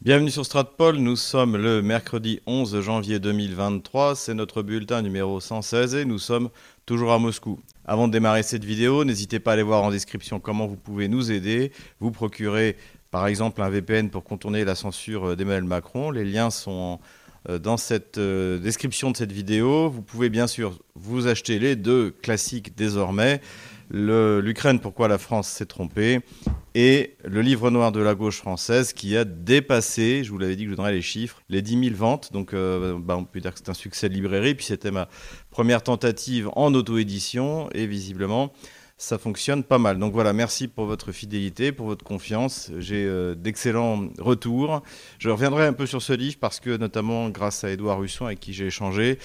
Bienvenue sur Stratpol, nous sommes le mercredi 11 janvier 2023, c'est notre bulletin numéro 116 et nous sommes toujours à Moscou. Avant de démarrer cette vidéo, n'hésitez pas à aller voir en description comment vous pouvez nous aider, vous procurer par exemple un VPN pour contourner la censure d'Emmanuel Macron. Les liens sont dans cette description de cette vidéo. Vous pouvez bien sûr vous acheter les deux classiques désormais, l'Ukraine, pourquoi la France s'est trompée, et le livre noir de la gauche française qui a dépassé, je vous l'avais dit que je donnerais les chiffres, les 10 000 ventes. Donc on peut dire que c'est un succès de librairie. Puis c'était ma première tentative en auto-édition et visiblement ça fonctionne pas mal. Donc voilà, merci pour votre fidélité, pour votre confiance. J'ai d'excellents retours. Je reviendrai un peu sur ce livre parce que notamment grâce à Édouard Husson avec qui j'ai échangé,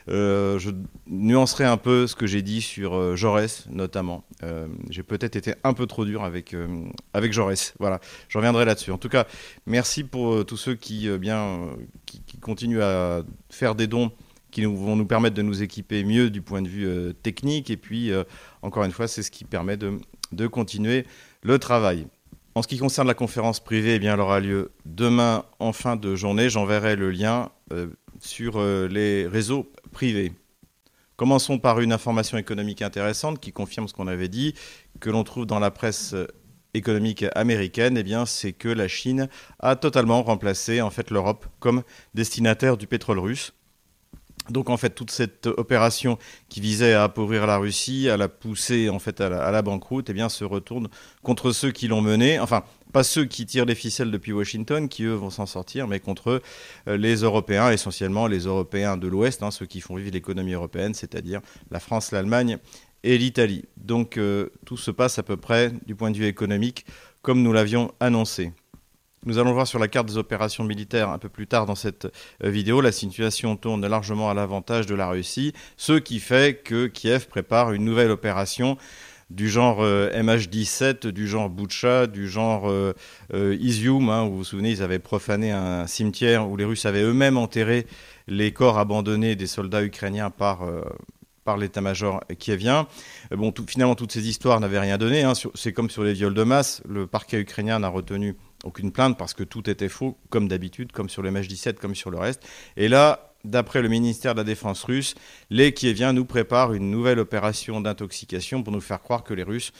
je nuancerai un peu ce que j'ai dit sur Jaurès notamment. J'ai peut-être été un peu trop dur avec Jaurès. Voilà, je reviendrai là-dessus. En tout cas, merci pour tous ceux qui continuent à faire des dons qui vont nous permettre de nous équiper mieux du point de vue technique. Et puis, encore une fois, c'est ce qui permet de continuer le travail. En ce qui concerne la conférence privée, eh bien, elle aura lieu demain en fin de journée. J'enverrai le lien sur les réseaux privés. Commençons par une information économique intéressante qui confirme ce qu'on avait dit, que l'on trouve dans la presse économique américaine. Eh bien, c'est que la Chine a totalement remplacé en fait l'Europe comme destinataire du pétrole russe. Donc en fait toute cette opération qui visait à appauvrir la Russie, à la pousser en fait à la banqueroute, eh bien se retourne contre ceux qui l'ont menée. Enfin, pas ceux qui tirent les ficelles depuis Washington, qui eux vont s'en sortir, mais contre les Européens, essentiellement les Européens de l'Ouest, ceux qui font vivre l'économie européenne, c'est-à-dire la France, l'Allemagne et l'Italie. Donc tout se passe à peu près du point de vue économique comme nous l'avions annoncé. Nous allons voir sur la carte des opérations militaires un peu plus tard dans cette vidéo. La situation tourne largement à l'avantage de la Russie, ce qui fait que Kiev prépare une nouvelle opération du genre MH17, du genre Boutcha, du genre Izium. Vous vous souvenez, ils avaient profané un cimetière où les Russes avaient eux-mêmes enterré les corps abandonnés des soldats ukrainiens par l'état-major kievien. Finalement, toutes ces histoires n'avaient rien donné. C'est comme sur les viols de masse. Le parquet ukrainien n'a retenu aucune plainte parce que tout était faux, comme d'habitude, comme sur le MH17, comme sur le reste. Et là, d'après le ministère de la Défense russe, les Kieviens nous préparent une nouvelle opération d'intoxication pour nous faire croire que les Russes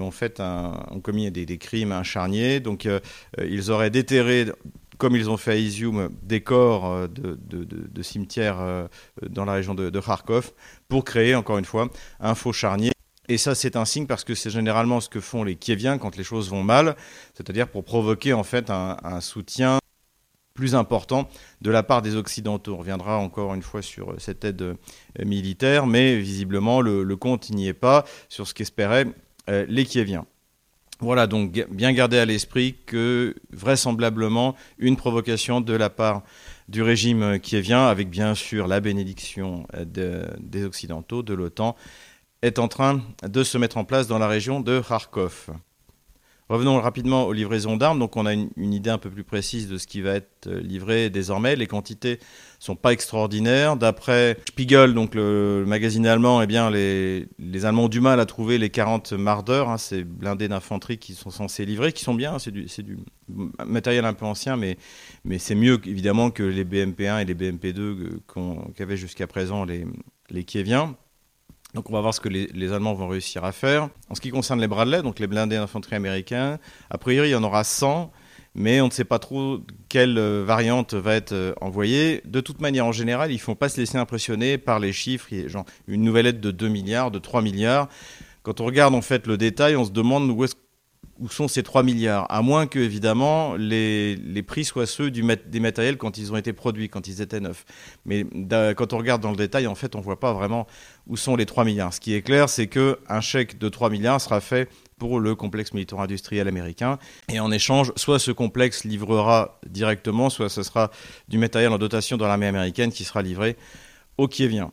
ont commis des crimes charniers. Donc, ils auraient déterré, comme ils ont fait à Izium, des corps de cimetières dans la région de Kharkov pour créer, encore une fois, un faux charnier. Et ça, c'est un signe parce que c'est généralement ce que font les Kieviens quand les choses vont mal, c'est-à-dire pour provoquer en fait un soutien plus important de la part des Occidentaux. On reviendra encore une fois sur cette aide militaire, mais visiblement le compte n'y est pas sur ce qu'espéraient les Kieviens. Voilà, donc bien garder à l'esprit que vraisemblablement une provocation de la part du régime kievien, avec bien sûr la bénédiction des Occidentaux, de l'OTAN, est en train de se mettre en place dans la région de Kharkov. Revenons rapidement aux livraisons d'armes. Donc on a une idée un peu plus précise de ce qui va être livré désormais. Les quantités ne sont pas extraordinaires. D'après Spiegel, donc le magazine allemand, eh bien les Allemands ont du mal à trouver les 40 Marder, ces blindés d'infanterie qui sont censés livrer, qui sont bien, c'est du matériel un peu ancien, mais c'est mieux évidemment que les BMP-1 et les BMP-2 qu'avaient jusqu'à présent les Kieviens. Donc on va voir ce que les Allemands vont réussir à faire. En ce qui concerne les Bradley, donc les blindés d'infanterie américains, a priori il y en aura 100, mais on ne sait pas trop quelle variante va être envoyée. De toute manière, en général, ils ne font pas se laisser impressionner par les chiffres, genre une nouvelle aide de 2 milliards, de 3 milliards. Quand on regarde en fait le détail, on se demande où sont ces 3 milliards, à moins que, évidemment, les prix soient ceux des matériels quand ils ont été produits, quand ils étaient neufs. Mais quand on regarde dans le détail, en fait, on ne voit pas vraiment où sont les 3 milliards. Ce qui est clair, c'est qu'un chèque de 3 milliards sera fait pour le complexe militaro-industriel américain. Et en échange, soit ce complexe livrera directement, soit ce sera du matériel en dotation dans l'armée américaine qui sera livré aux Kieviens.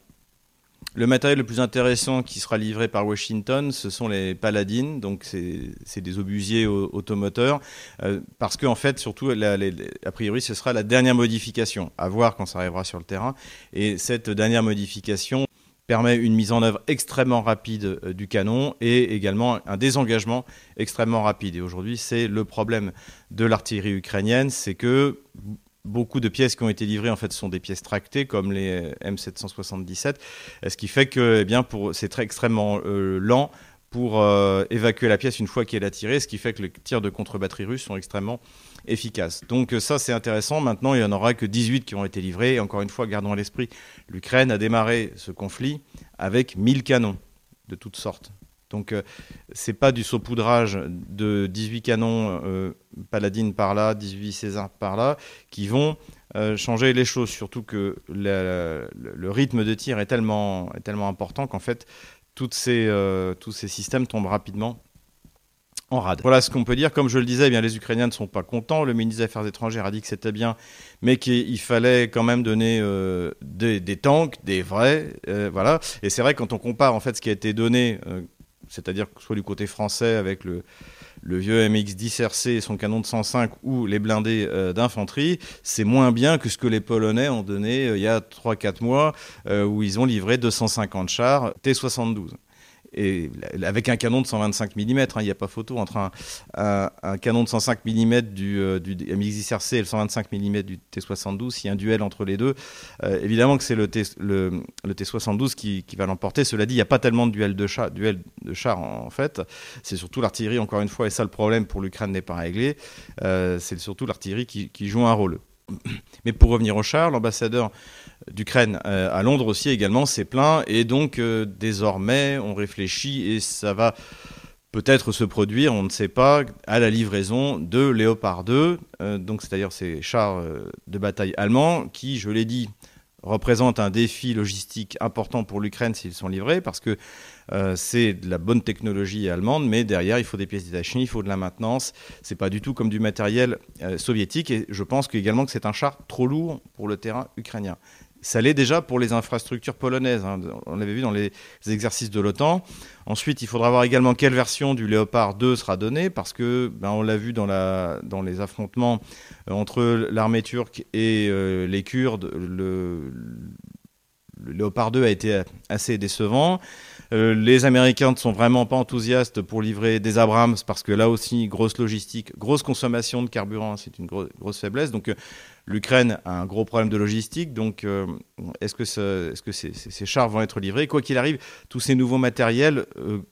Le matériel le plus intéressant qui sera livré par Washington, ce sont les Paladins, donc c'est des obusiers automoteurs, parce qu'en fait, surtout, a priori, ce sera la dernière modification, à voir quand ça arrivera sur le terrain. Et cette dernière modification permet une mise en œuvre extrêmement rapide du canon et également un désengagement extrêmement rapide. Et aujourd'hui, c'est le problème de l'artillerie ukrainienne, c'est que beaucoup de pièces qui ont été livrées en fait sont des pièces tractées comme les M777, ce qui fait que c'est extrêmement lent pour évacuer la pièce une fois qu'elle est tirée, ce qui fait que les tirs de contre-batterie russes sont extrêmement efficaces. Donc ça, c'est intéressant. Maintenant, il n'y en aura que 18 qui ont été livrés. Et encore une fois, gardons à l'esprit, l'Ukraine a démarré ce conflit avec 1000 canons de toutes sortes. Donc c'est pas du saupoudrage de 18 canons Paladin par là, 18 César par là, qui vont changer les choses. Surtout que le rythme de tir est tellement important qu'en fait, tous ces systèmes tombent rapidement en rade. Voilà ce qu'on peut dire. Comme je le disais, les Ukrainiens ne sont pas contents. Le ministre des Affaires étrangères a dit que c'était bien, mais qu'il fallait quand même donner des tanks, des vrais. Voilà. Et c'est vrai, quand on compare en fait ce qui a été donné, c'est-à-dire soit du côté français avec le vieux MX-10 RC et son canon de 105 ou les blindés d'infanterie, c'est moins bien que ce que les Polonais ont donné il y a 3-4 mois, où ils ont livré 250 chars T-72. Et avec un canon de 125 mm, il n'y a pas photo entre un canon de 105 mm du MX-10 RC et le 125 mm du T-72. S'il y a un duel entre les deux, évidemment que c'est le T-72 qui va l'emporter. Cela dit, il n'y a pas tellement de duel de chars en fait. C'est surtout l'artillerie, encore une fois, et ça le problème pour l'Ukraine n'est pas réglé. C'est surtout l'artillerie qui joue un rôle. Mais pour revenir aux chars, l'ambassadeur d'Ukraine à Londres aussi également s'est plaint, et donc désormais on réfléchit, et ça va peut-être se produire, on ne sait pas, à la livraison de Léopard 2, donc c'est-à-dire ces chars de bataille allemands qui, je l'ai dit, représentent un défi logistique important pour l'Ukraine s'ils sont livrés, parce que c'est de la bonne technologie allemande, mais derrière il faut des pièces détachées, il faut de la maintenance. C'est pas du tout comme du matériel soviétique, et je pense également que c'est un char trop lourd pour le terrain ukrainien. Ça l'est déjà pour les infrastructures polonaises, hein. On l'avait vu dans les exercices de l'OTAN. Ensuite, il faudra voir également quelle version du Léopard 2 sera donnée, parce que on l'a vu dans les affrontements entre l'armée turque et les Kurdes, le Léopard 2 a été assez décevant. Les Américains ne sont vraiment pas enthousiastes pour livrer des Abrams, parce que là aussi, grosse logistique, grosse consommation de carburant, c'est une grosse faiblesse. Donc l'Ukraine a un gros problème de logistique. Donc est-ce que ces chars vont être livrés ? Quoi qu'il arrive, tous ces nouveaux matériels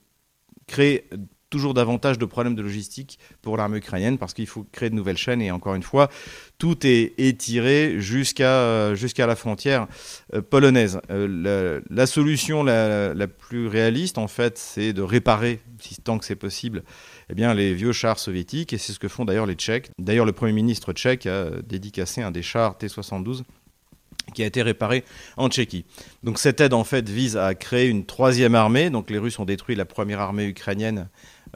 créent toujours davantage de problèmes de logistique pour l'armée ukrainienne, parce qu'il faut créer de nouvelles chaînes, et encore une fois, tout est étiré jusqu'à la frontière polonaise. La solution la plus réaliste, en fait, c'est de réparer, tant que c'est possible, les vieux chars soviétiques, et c'est ce que font d'ailleurs les Tchèques. D'ailleurs, le Premier ministre tchèque a dédicacé un des chars T-72 qui a été réparé en Tchéquie. Donc cette aide, en fait, vise à créer une troisième armée. Donc les Russes ont détruit la première armée ukrainienne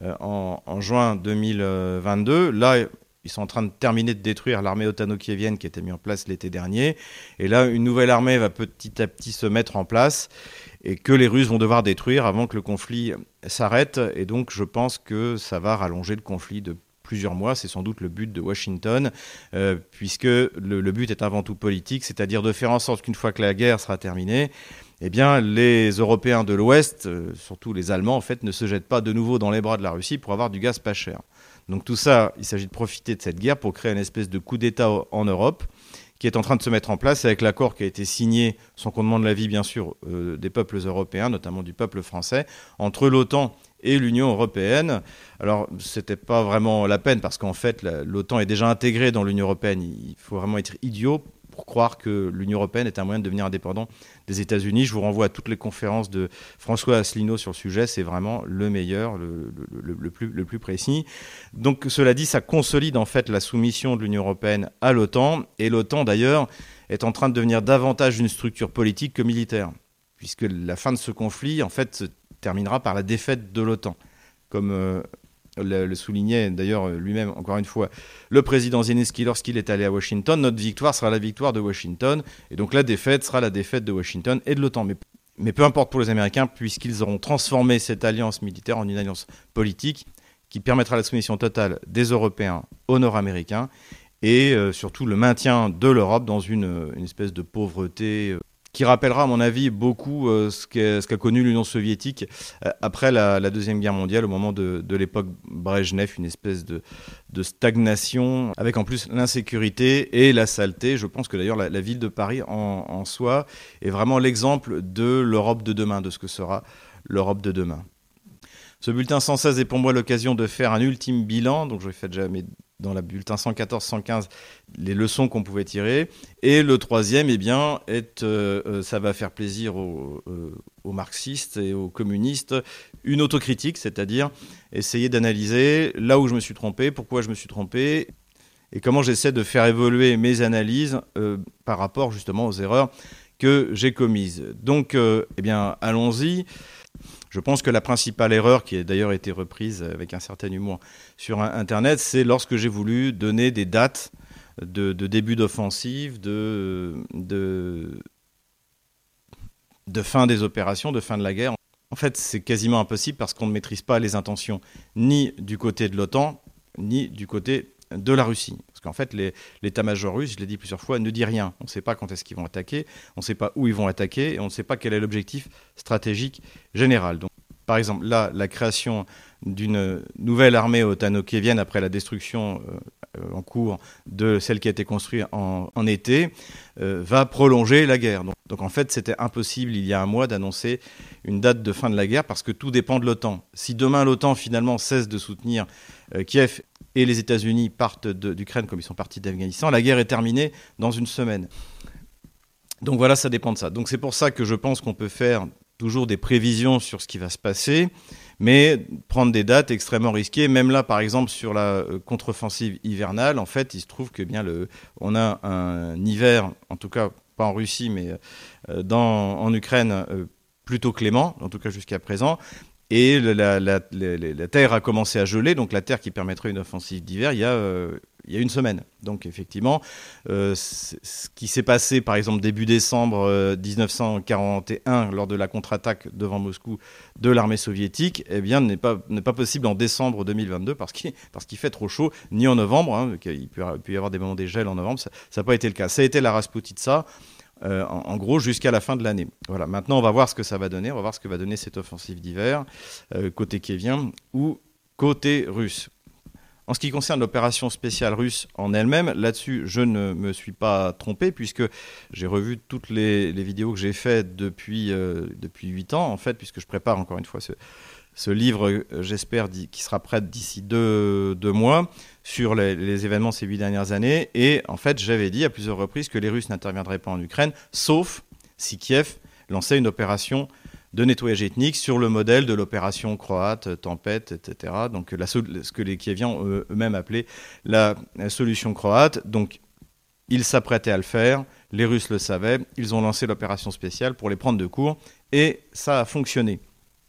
en juin 2022. Là, ils sont en train de terminer de détruire l'armée otano-kievienne qui a été mise en place l'été dernier. Et là, une nouvelle armée va petit à petit se mettre en place, et que les Russes vont devoir détruire avant que le conflit s'arrête. Et donc, je pense que ça va rallonger le conflit de plusieurs mois. C'est sans doute le but de Washington, puisque le but est avant tout politique, c'est-à-dire de faire en sorte qu'une fois que la guerre sera terminée, les Européens de l'Ouest, surtout les Allemands, en fait, ne se jettent pas de nouveau dans les bras de la Russie pour avoir du gaz pas cher. Donc tout ça, il s'agit de profiter de cette guerre pour créer une espèce de coup d'État en Europe, qui est en train de se mettre en place avec l'accord qui a été signé, sans qu'on demande l'avis bien sûr des peuples européens, notamment du peuple français, entre l'OTAN et l'Union européenne. Alors, c'était pas vraiment la peine, parce qu'en fait, l'OTAN est déjà intégrée dans l'Union européenne. Il faut vraiment être idiot pour croire que l'Union européenne est un moyen de devenir indépendant des États-Unis. Je vous renvoie à toutes les conférences de François Asselineau sur le sujet. C'est vraiment le meilleur, le plus précis. Donc, cela dit, ça consolide en fait la soumission de l'Union européenne à l'OTAN. Et l'OTAN, d'ailleurs, est en train de devenir davantage une structure politique que militaire, puisque la fin de ce conflit, en fait, se terminera par la défaite de l'OTAN, comme le soulignait d'ailleurs lui-même, encore une fois, le président Zelensky lorsqu'il est allé à Washington. Notre victoire sera la victoire de Washington, et donc la défaite sera la défaite de Washington et de l'OTAN. Mais peu importe pour les Américains, puisqu'ils auront transformé cette alliance militaire en une alliance politique qui permettra la soumission totale des Européens aux Nord-Américains, et surtout le maintien de l'Europe dans une espèce de pauvreté qui rappellera à mon avis beaucoup ce qu'a connu l'Union soviétique après la Deuxième Guerre mondiale, au moment de l'époque Brejnev, une espèce de stagnation, avec en plus l'insécurité et la saleté. Je pense que d'ailleurs la ville de Paris en soi est vraiment l'exemple de l'Europe de demain, de ce que sera l'Europe de demain. Ce bulletin 116 est pour moi l'occasion de faire un ultime bilan, donc je l'ai fait déjà dans le bulletin 114-115 les leçons qu'on pouvait tirer. Et le troisième, eh bien, ça va faire plaisir aux marxistes et aux communistes, une autocritique, c'est-à-dire essayer d'analyser là où je me suis trompé, pourquoi je me suis trompé, et comment j'essaie de faire évoluer mes analyses par rapport justement aux erreurs que j'ai commises. Donc, eh bien, allons-y. Je pense que la principale erreur, qui a d'ailleurs été reprise avec un certain humour sur Internet, c'est lorsque j'ai voulu donner des dates de début d'offensive, de fin des opérations, de fin de la guerre. En fait, c'est quasiment impossible parce qu'on ne maîtrise pas les intentions ni du côté de l'OTAN, ni du côté de la Russie. Parce qu'en fait, l'état-major russe, je l'ai dit plusieurs fois, ne dit rien. On ne sait pas quand est-ce qu'ils vont attaquer, on ne sait pas où ils vont attaquer, et on ne sait pas quel est l'objectif stratégique général. Donc, par exemple, là, la création d'une nouvelle armée otano-kievienne après la destruction en cours de celle qui a été construite en été va prolonger la guerre. Donc en fait, c'était impossible il y a un mois d'annoncer une date de fin de la guerre parce que tout dépend de l'OTAN. Si demain l'OTAN finalement cesse de soutenir Kiev et les États-Unis partent d'Ukraine comme ils sont partis d'Afghanistan, la guerre est terminée dans une semaine. Donc voilà, ça dépend de ça. Donc c'est pour ça que je pense qu'on peut faire toujours des prévisions sur ce qui va se passer, mais prendre des dates extrêmement risquées. Même là, par exemple, sur la contre-offensive hivernale, en fait, il se trouve que on a un hiver, en tout cas pas en Russie, mais en Ukraine, plutôt clément, en tout cas jusqu'à présent. Et la terre a commencé à geler, donc la terre qui permettrait une offensive d'hiver, il y a une semaine. Donc effectivement, ce qui s'est passé par exemple début décembre 1941 lors de la contre-attaque devant Moscou de l'armée soviétique, eh bien n'est pas possible en décembre 2022 parce qu'il fait trop chaud, ni en novembre, hein, il peut y avoir des moments des gels en novembre, ça n'a pas été le cas. Ça a été la Rasputitsa. En gros jusqu'à la fin de l'année. Voilà. Maintenant, on va voir ce que ça va donner. On va voir ce que va donner cette offensive d'hiver, côté kievien ou côté russe. En ce qui concerne l'opération spéciale russe en elle-même, là-dessus, je ne me suis pas trompé puisque j'ai revu toutes les vidéos que j'ai faites depuis 8 ans, en fait, puisque je prépare encore une fois ce livre, j'espère, qui sera prêt d'ici deux mois, sur les événements ces 8 dernières années. Et en fait, j'avais dit à plusieurs reprises que les Russes n'interviendraient pas en Ukraine, sauf si Kiev lançait une opération de nettoyage ethnique sur le modèle de l'opération croate, Tempête, etc. Donc ce que les Kieviens ont eux-mêmes appelé la solution croate. Donc ils s'apprêtaient à le faire, les Russes le savaient, ils ont lancé l'opération spéciale pour les prendre de court, et ça a fonctionné.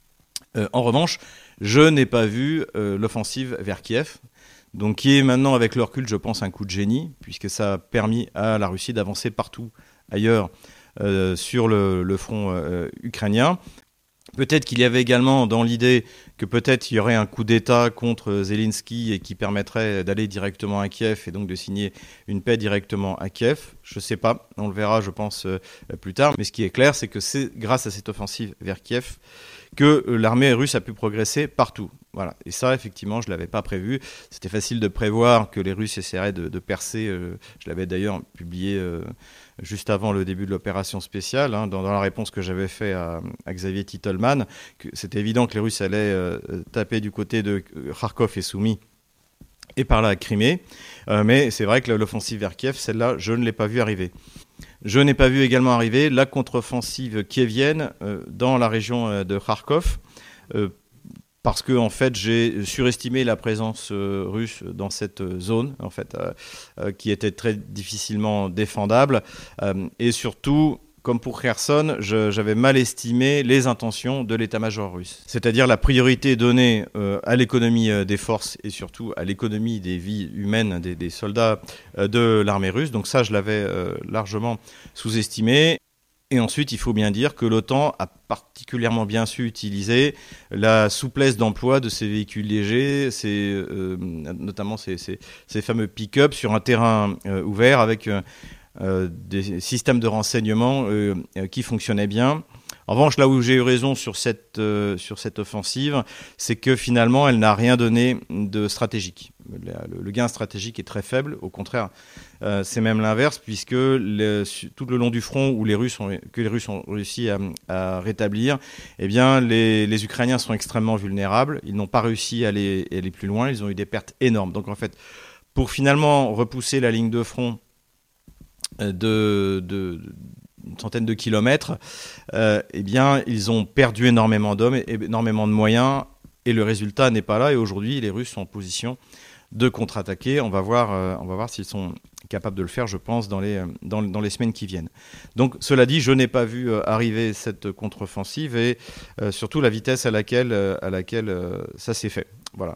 En revanche, je n'ai pas vu l'offensive vers Kiev, donc qui est maintenant, avec le recul, je pense, un coup de génie, puisque ça a permis à la Russie d'avancer partout ailleurs sur le front ukrainien. Peut-être qu'il y avait également dans l'idée que peut-être il y aurait un coup d'État contre Zelensky et qui permettrait d'aller directement à Kiev et donc de signer une paix directement à Kiev. Je ne sais pas, on le verra, je pense, plus tard. Mais ce qui est clair, c'est que c'est grâce à cette offensive vers Kiev que l'armée russe a pu progresser partout. Voilà. Et ça, effectivement, je ne l'avais pas prévu. C'était facile de prévoir que les Russes essaieraient de percer. Je l'avais d'ailleurs publié juste avant le début de l'opération spéciale, hein, dans la réponse que j'avais faite à Xavier Titelman. C'était évident que les Russes allaient taper du côté de Kharkov et Soumy, et par là à Crimée. Mais c'est vrai que l'offensive vers Kiev, celle-là, je ne l'ai pas vue arriver. Je n'ai pas vu également arriver la contre-offensive kievienne dans la région de Kharkov, parce que en fait, j'ai surestimé la présence russe dans cette zone, en fait, qui était très difficilement défendable, et surtout, comme pour Kherson, j'avais mal estimé les intentions de l'état-major russe. C'est-à-dire la priorité donnée à l'économie des forces et surtout à l'économie des vies humaines des soldats de l'armée russe. Donc ça, je l'avais largement sous-estimé. Et ensuite, il faut bien dire que l'OTAN a particulièrement bien su utiliser la souplesse d'emploi de ces véhicules légers, notamment ces fameux pick-up sur un terrain ouvert avec des systèmes de renseignement qui fonctionnaient bien. En revanche, là où j'ai eu raison sur cette offensive, c'est que finalement, elle n'a rien donné de stratégique. Le gain stratégique est très faible. Au contraire, c'est même l'inverse, puisque tout le long du front que les Russes ont réussi à rétablir, eh bien, les Ukrainiens sont extrêmement vulnérables. Ils n'ont pas réussi à aller plus loin. Ils ont eu des pertes énormes. Donc, en fait, pour finalement repousser la ligne de front une centaine de kilomètres, eh bien, ils ont perdu énormément d'hommes et énormément de moyens, et le résultat n'est pas là. Et aujourd'hui, les Russes sont en position de contre-attaquer. On va voir s'ils sont capables de le faire, je pense, dans les semaines qui viennent. Donc, cela dit, je n'ai pas vu arriver cette contre-offensive et surtout la vitesse à laquelle ça s'est fait. Voilà.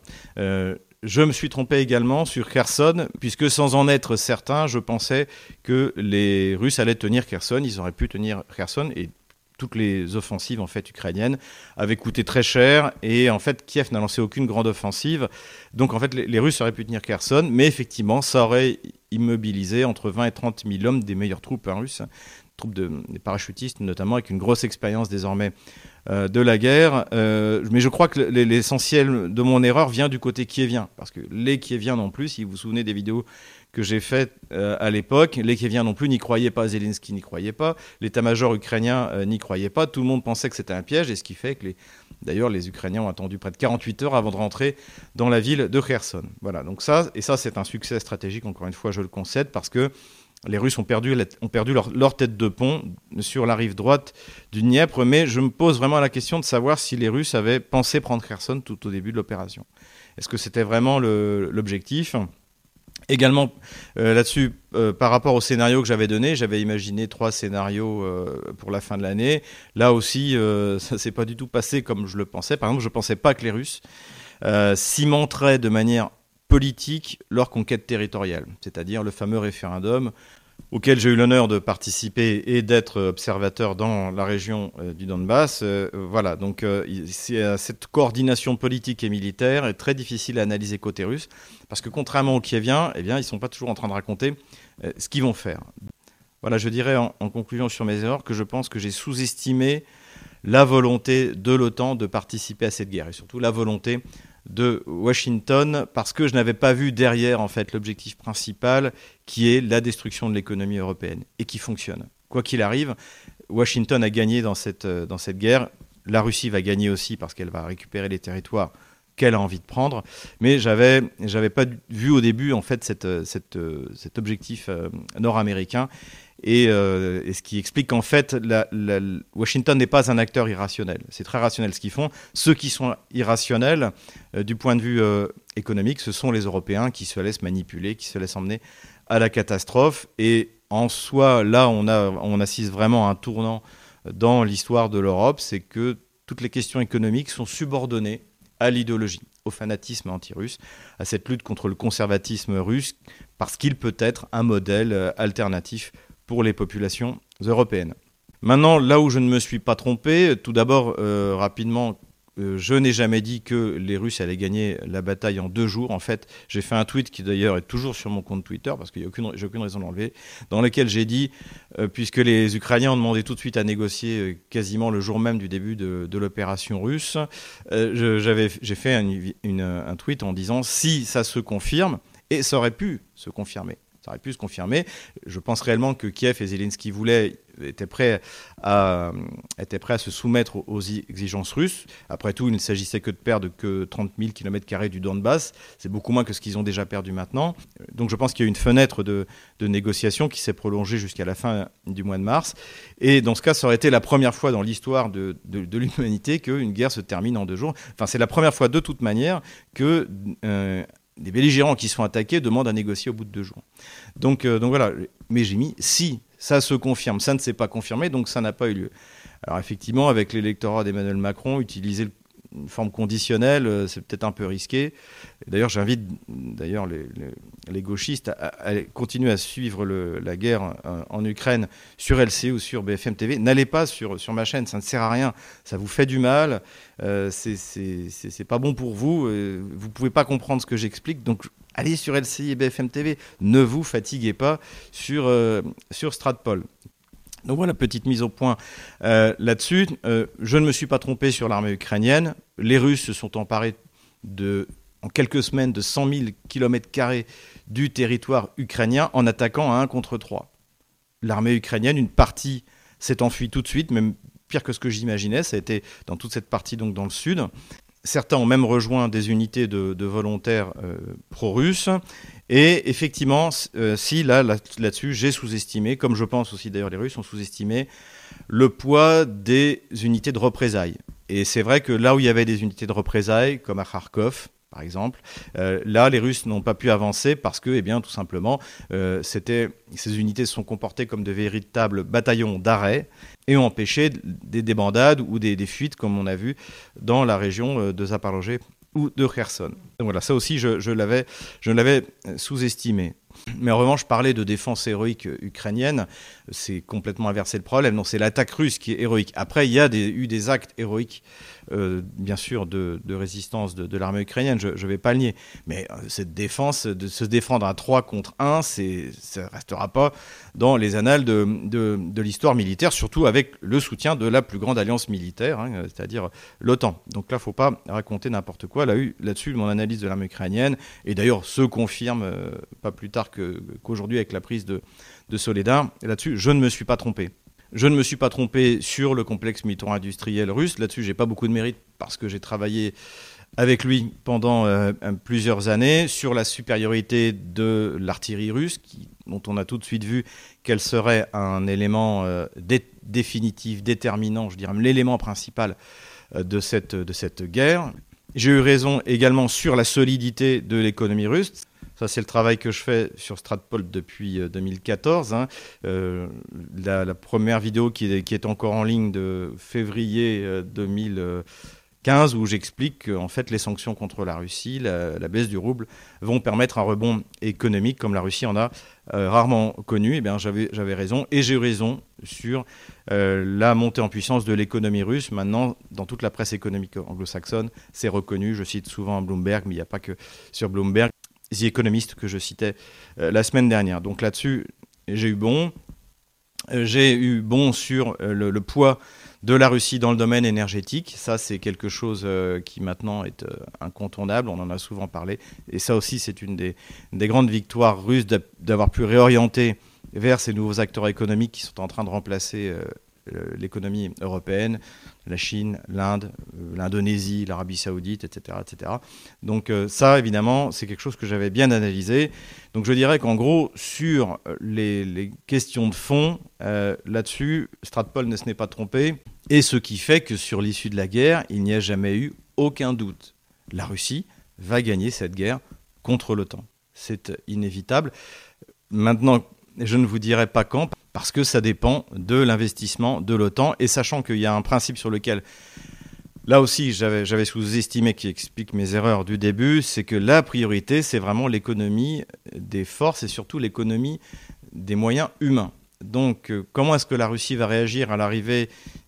Je me suis trompé également sur Kherson, puisque sans en être certain, je pensais que les Russes allaient tenir Kherson. Ils auraient pu tenir Kherson, et toutes les offensives en fait ukrainiennes avaient coûté très cher, et en fait Kiev n'a lancé aucune grande offensive. Donc en fait les Russes auraient pu tenir Kherson, mais effectivement ça aurait immobilisé entre 20 et 30 000 hommes des meilleures troupes russes, troupes des parachutistes notamment, avec une grosse expérience désormais de la guerre. Mais je crois que l'essentiel de mon erreur vient du côté kievien, parce que les Kieviens non plus, si vous vous souvenez des vidéos que j'ai faites à l'époque, les Kieviens non plus n'y croyaient pas, Zelensky n'y croyait pas, l'état-major ukrainien n'y croyait pas, tout le monde pensait que c'était un piège, et ce qui fait que d'ailleurs les Ukrainiens ont attendu près de 48 heures avant de rentrer dans la ville de Kherson. Voilà, donc ça c'est un succès stratégique, encore une fois je le concède, parce que les Russes ont perdu leur tête de pont sur la rive droite du Dniepr, mais je me pose vraiment la question de savoir si les Russes avaient pensé prendre Kherson tout au début de l'opération. Est-ce que c'était vraiment l'objectif ? Également, là-dessus, par rapport au scénario que j'avais donné, j'avais imaginé 3 scénarios pour la fin de l'année. Là aussi, ça ne s'est pas du tout passé comme je le pensais. Par exemple, je ne pensais pas que les Russes cimenteraient de manière politique leur conquête territoriale, c'est-à-dire le fameux référendum auquel j'ai eu l'honneur de participer et d'être observateur dans la région du Donbass. Voilà, donc cette coordination politique et militaire est très difficile à analyser côté russe, parce que contrairement aux Kieviens, eh bien, ils ne sont pas toujours en train de raconter ce qu'ils vont faire. Voilà, je dirais en conclusion sur mes erreurs que je pense que j'ai sous-estimé la volonté de l'OTAN de participer à cette guerre, et surtout la volonté de Washington, parce que je n'avais pas vu derrière en fait l'objectif principal, qui est la destruction de l'économie européenne, et qui fonctionne. Quoi qu'il arrive, Washington a gagné dans cette guerre. La Russie va gagner aussi, parce qu'elle va récupérer les territoires qu'elle a envie de prendre. Mais j'avais pas vu au début en fait cet objectif nord-américain. Et ce qui explique qu'en fait, Washington n'est pas un acteur irrationnel. C'est très rationnel ce qu'ils font. Ceux qui sont irrationnels du point de vue économique, ce sont les Européens qui se laissent manipuler, qui se laissent emmener à la catastrophe. Et en soi, là, on assiste vraiment à un tournant dans l'histoire de l'Europe, c'est que toutes les questions économiques sont subordonnées à l'idéologie, au fanatisme anti-russe, à cette lutte contre le conservatisme russe, parce qu'il peut être un modèle alternatif pour les populations européennes. Maintenant, là où je ne me suis pas trompé, tout d'abord, rapidement, je n'ai jamais dit que les Russes allaient gagner la bataille en 2 jours. En fait, j'ai fait un tweet qui d'ailleurs est toujours sur mon compte Twitter, parce que j'ai aucune raison de l'enlever, dans lequel j'ai dit, puisque les Ukrainiens ont demandé tout de suite à négocier quasiment le jour même du début de l'opération russe, j'ai fait un tweet en disant si ça se confirme, et ça aurait pu se confirmer. Ça aurait pu se confirmer. Je pense réellement que Kiev et Zelensky étaient prêts à se soumettre aux exigences russes. Après tout, il ne s'agissait que de perdre que 30 000 km² du Donbass. C'est beaucoup moins que ce qu'ils ont déjà perdu maintenant. Donc je pense qu'il y a eu une fenêtre de négociation qui s'est prolongée jusqu'à la fin du mois de mars. Et dans ce cas, ça aurait été la première fois dans l'histoire de l'humanité qu'une guerre se termine en 2 jours. Enfin, c'est la première fois de toute manière que des belligérants qui sont attaqués demandent à négocier au bout de 2 jours. Donc voilà, mais j'ai mis si ça se confirme, ça ne s'est pas confirmé, donc ça n'a pas eu lieu. Alors effectivement, avec l'électorat d'Emmanuel Macron, utiliser une forme conditionnelle, c'est peut-être un peu risqué. D'ailleurs, j'invite les gauchistes à continuer à suivre la guerre en Ukraine sur LCI ou sur BFM TV. N'allez pas sur ma chaîne, ça ne sert à rien. Ça vous fait du mal, c'est pas bon pour vous. Vous pouvez pas comprendre ce que j'explique. Donc allez sur LCI et BFM TV. Ne vous fatiguez pas sur Stratpol. Donc voilà, petite mise au point là-dessus. Je ne me suis pas trompé sur l'armée ukrainienne. Les Russes se sont emparés en quelques semaines de 100 000 km² du territoire ukrainien en attaquant à 1 contre 3. L'armée ukrainienne, une partie s'est enfuie tout de suite, même pire que ce que j'imaginais. Ça a été dans toute cette partie, donc dans le sud. Certains ont même rejoint des unités de volontaires pro-russes. Et effectivement, là-dessus, j'ai sous-estimé, comme je pense aussi d'ailleurs les Russes ont sous-estimé, le poids des unités de représailles. Et c'est vrai que là où il y avait des unités de représailles, comme à Kharkov, par exemple, là, les Russes n'ont pas pu avancer parce que, tout simplement, ces unités se sont comportées comme de véritables bataillons d'arrêt et ont empêché des débandades ou des fuites, comme on a vu dans la région de Zaporozhye ou de Kherson. Donc voilà, ça aussi, je l'avais sous-estimé. Mais en revanche, parler de défense héroïque ukrainienne, c'est complètement inverser le problème. Non, c'est l'attaque russe qui est héroïque. Après, il y a eu des actes héroïques, bien sûr, de résistance de l'armée ukrainienne, je ne vais pas le nier. Mais cette défense, de se défendre à 3 contre 1, ça ne restera pas dans les annales de l'histoire militaire, surtout avec le soutien de la plus grande alliance militaire, c'est-à-dire l'OTAN. Donc là, il ne faut pas raconter n'importe quoi. Là-dessus, mon analyse de l'armée ukrainienne, et d'ailleurs se confirme pas plus tard qu'aujourd'hui avec la prise de Soledar. Et là-dessus, je ne me suis pas trompé. Je ne me suis pas trompé sur le complexe militaro-industriel russe. Là-dessus, je n'ai pas beaucoup de mérite parce que j'ai travaillé avec lui pendant plusieurs années sur la supériorité de l'artillerie russe, dont on a tout de suite vu qu'elle serait un élément définitif, déterminant, je dirais l'élément principal de cette guerre. J'ai eu raison également sur la solidité de l'économie russe. Ça, c'est le travail que je fais sur Stratpol depuis 2014. La première vidéo qui est encore en ligne de février 2015, où j'explique qu'en fait, les sanctions contre la Russie, la baisse du rouble, vont permettre un rebond économique comme la Russie en a rarement connu. J'avais raison. Et j'ai eu raison sur la montée en puissance de l'économie russe. Maintenant, dans toute la presse économique anglo-saxonne, c'est reconnu. Je cite souvent Bloomberg, mais il n'y a pas que sur Bloomberg. The Economist que je citais la semaine dernière. Donc là-dessus, j'ai eu bon. J'ai eu bon sur le poids de la Russie dans le domaine énergétique. Ça, c'est quelque chose qui maintenant est incontournable. On en a souvent parlé. Et ça aussi, c'est une des grandes victoires russes d'avoir pu réorienter vers ces nouveaux acteurs économiques qui sont en train de remplacer l'économie européenne, la Chine, l'Inde, l'Indonésie, l'Arabie Saoudite, etc., etc. Donc ça, évidemment, c'est quelque chose que j'avais bien analysé. Donc je dirais qu'en gros, sur les questions de fond, là-dessus, Stratpol ne se n'est pas trompé. Et ce qui fait que sur l'issue de la guerre, il n'y a jamais eu aucun doute. La Russie va gagner cette guerre contre l'OTAN. C'est inévitable. Maintenant, je ne vous dirai pas quand, parce que ça dépend de l'investissement de l'OTAN. Et sachant qu'il y a un principe sur lequel, là aussi, j'avais sous-estimé, qui explique mes erreurs du début, c'est que la priorité, c'est vraiment l'économie des forces et surtout l'économie des moyens humains. Donc, comment est-ce que la Russie va réagir à l'arrivée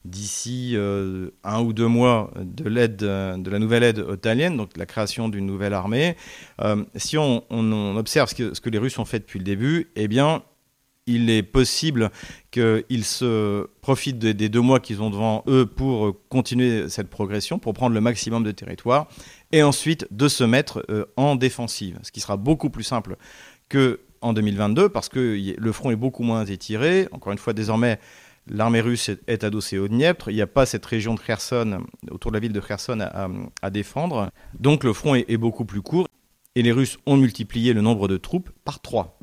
d'ici 1 ou 2 mois de la nouvelle aide otanienne, donc la création d'une nouvelle armée? Si on observe ce que les Russes ont fait depuis le début, eh bien, il est possible qu'ils se profitent des 2 mois qu'ils ont devant eux pour continuer cette progression, pour prendre le maximum de territoire, et ensuite de se mettre en défensive, ce qui sera beaucoup plus simple qu'en 2022, parce que le front est beaucoup moins étiré. Encore une fois, désormais, l'armée russe est adossée au Dniepr. Il n'y a pas cette région de Kherson, autour de la ville de Kherson, à défendre. Donc le front est beaucoup plus court, et les Russes ont multiplié le nombre de troupes par 3.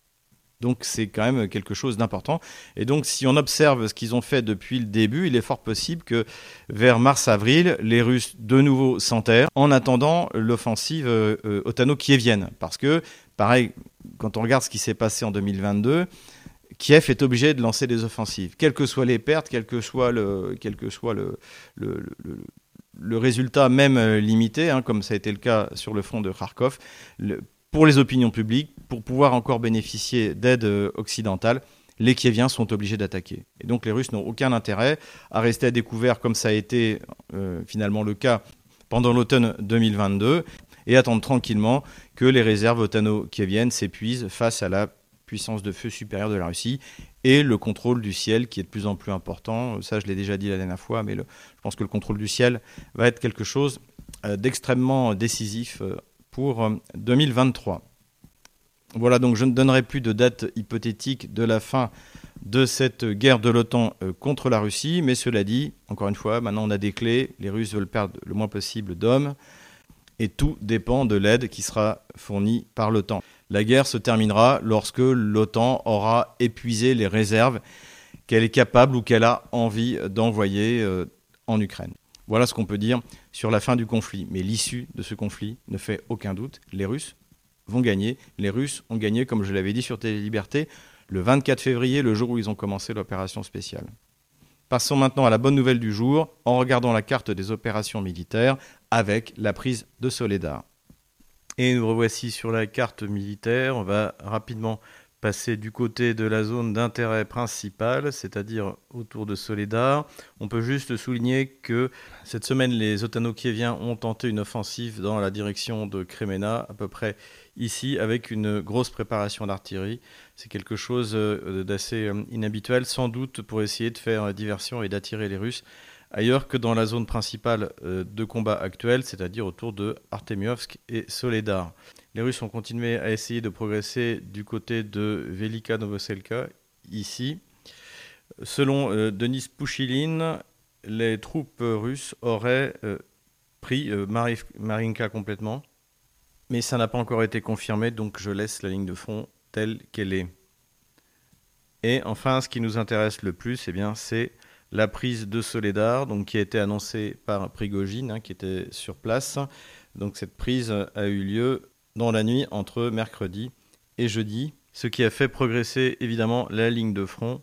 Donc c'est quand même quelque chose d'important. Et donc si on observe ce qu'ils ont fait depuis le début, il est fort possible que vers mars-avril, les Russes de nouveau s'enterrent en attendant l'offensive otano-kievienne. Parce que, pareil, quand on regarde ce qui s'est passé en 2022, Kiev est obligé de lancer des offensives. Quelles que soient les pertes, quel que soit le résultat même limité, comme ça a été le cas sur le front de Kharkov, pour les opinions publiques, pour pouvoir encore bénéficier d'aide occidentale, les Kieviens sont obligés d'attaquer. Et donc les Russes n'ont aucun intérêt à rester à découvert comme ça a été finalement le cas pendant l'automne 2022. et attendre tranquillement que les réserves otano-kieviennes s'épuisent face à la puissance de feu supérieure de la Russie et le contrôle du ciel qui est de plus en plus important. Ça, je l'ai déjà dit la dernière fois, mais je pense que le contrôle du ciel va être quelque chose d'extrêmement décisif pour 2023. Voilà, donc je ne donnerai plus de date hypothétique de la fin de cette guerre de l'OTAN contre la Russie, mais cela dit, encore une fois, maintenant on a des clés, les Russes veulent perdre le moins possible d'hommes, et tout dépend de l'aide qui sera fournie par l'OTAN. La guerre se terminera lorsque l'OTAN aura épuisé les réserves qu'elle est capable ou qu'elle a envie d'envoyer en Ukraine. Voilà ce qu'on peut dire sur la fin du conflit. Mais l'issue de ce conflit ne fait aucun doute. Les Russes vont gagner. Les Russes ont gagné, comme je l'avais dit sur Télé-Liberté, le 24 février, le jour où ils ont commencé l'opération spéciale. Passons maintenant à la bonne nouvelle du jour, en regardant la carte des opérations militaires avec la prise de Soledar. Et nous revoici sur la carte militaire. On va rapidement passer du côté de la zone d'intérêt principal, c'est-à-dire autour de Soledar. On peut juste souligner que cette semaine, les otano-kieviens ont tenté une offensive dans la direction de Kremenna, à peu près ici, avec une grosse préparation d'artillerie. C'est quelque chose d'assez inhabituel, sans doute pour essayer de faire diversion et d'attirer les Russes ailleurs que dans la zone principale de combat actuelle, c'est-à-dire autour de Artemiovsk et Soledar. Les Russes ont continué à essayer de progresser du côté de Velika Novoselka, ici. Selon Denis Pouchiline, les troupes russes auraient pris Marinka complètement, mais ça n'a pas encore été confirmé, donc je laisse la ligne de front telle qu'elle est. Et enfin, ce qui nous intéresse le plus, c'est la prise de Soledar, donc, qui a été annoncée par Prigojine, qui était sur place. Donc cette prise a eu lieu dans la nuit entre mercredi et jeudi, ce qui a fait progresser évidemment la ligne de front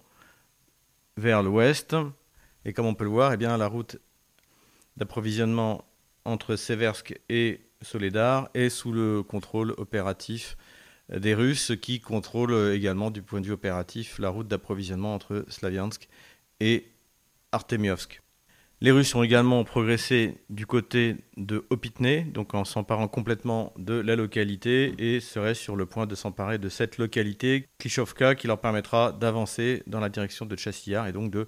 vers l'ouest. Et comme on peut le voir, la route d'approvisionnement entre Seversk et Soledar est sous le contrôle opératif des Russes, qui contrôlent également du point de vue opératif la route d'approvisionnement entre Slaviansk et Artemiovsk. Les Russes ont également progressé du côté de Opitné, donc en s'emparant complètement de la localité, et seraient sur le point de s'emparer de cette localité, Klishovka, qui leur permettra d'avancer dans la direction de Chassillar et donc de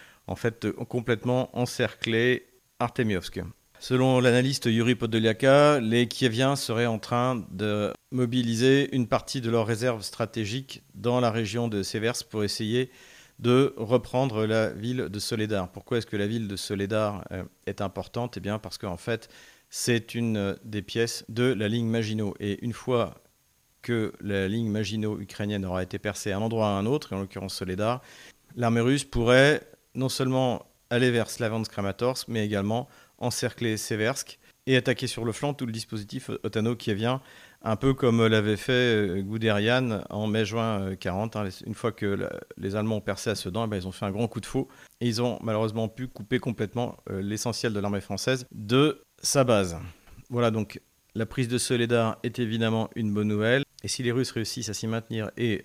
complètement encercler Artemiovsk. Selon l'analyste Yuri Podoliaka, les Kieviens seraient en train de mobiliser une partie de leurs réserves stratégiques dans la région de Seversk pour essayer de reprendre la ville de Soledar. Pourquoi est-ce que la ville de Soledar est importante ? Parce qu'en fait, c'est une des pièces de la ligne Maginot. Et une fois que la ligne Maginot ukrainienne aura été percée à un endroit ou à un autre, et en l'occurrence Soledar, l'armée russe pourrait non seulement aller vers Slaviansk-Kramatorsk, mais également encercler Seversk et attaquer sur le flanc tout le dispositif otano-kievien, un peu comme l'avait fait Guderian en mai-juin 40. Une fois que les Allemands ont percé à Sedan, ils ont fait un grand coup de faux et ils ont malheureusement pu couper complètement l'essentiel de l'armée française de sa base. Voilà, donc la prise de Soledar est évidemment une bonne nouvelle. Et si les Russes réussissent à s'y maintenir et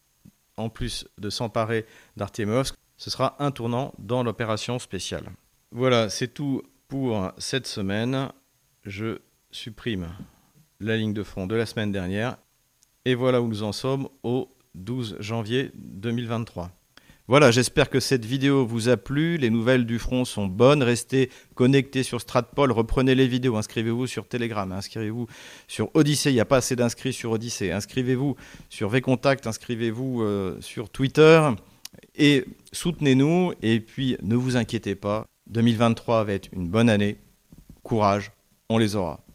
en plus de s'emparer d'Artemiovsk, ce sera un tournant dans l'opération spéciale. Voilà, c'est tout pour cette semaine. Je supprime la ligne de front de la semaine dernière. Et voilà où nous en sommes au 12 janvier 2023. Voilà, j'espère que cette vidéo vous a plu. Les nouvelles du front sont bonnes. Restez connectés sur Stratpol, reprenez les vidéos, inscrivez-vous sur Telegram, inscrivez-vous sur Odyssée. Il n'y a pas assez d'inscrits sur Odyssée. Inscrivez-vous sur Vcontact, inscrivez-vous sur Twitter. Et soutenez-nous. Et puis, ne vous inquiétez pas, 2023 va être une bonne année. Courage, on les aura.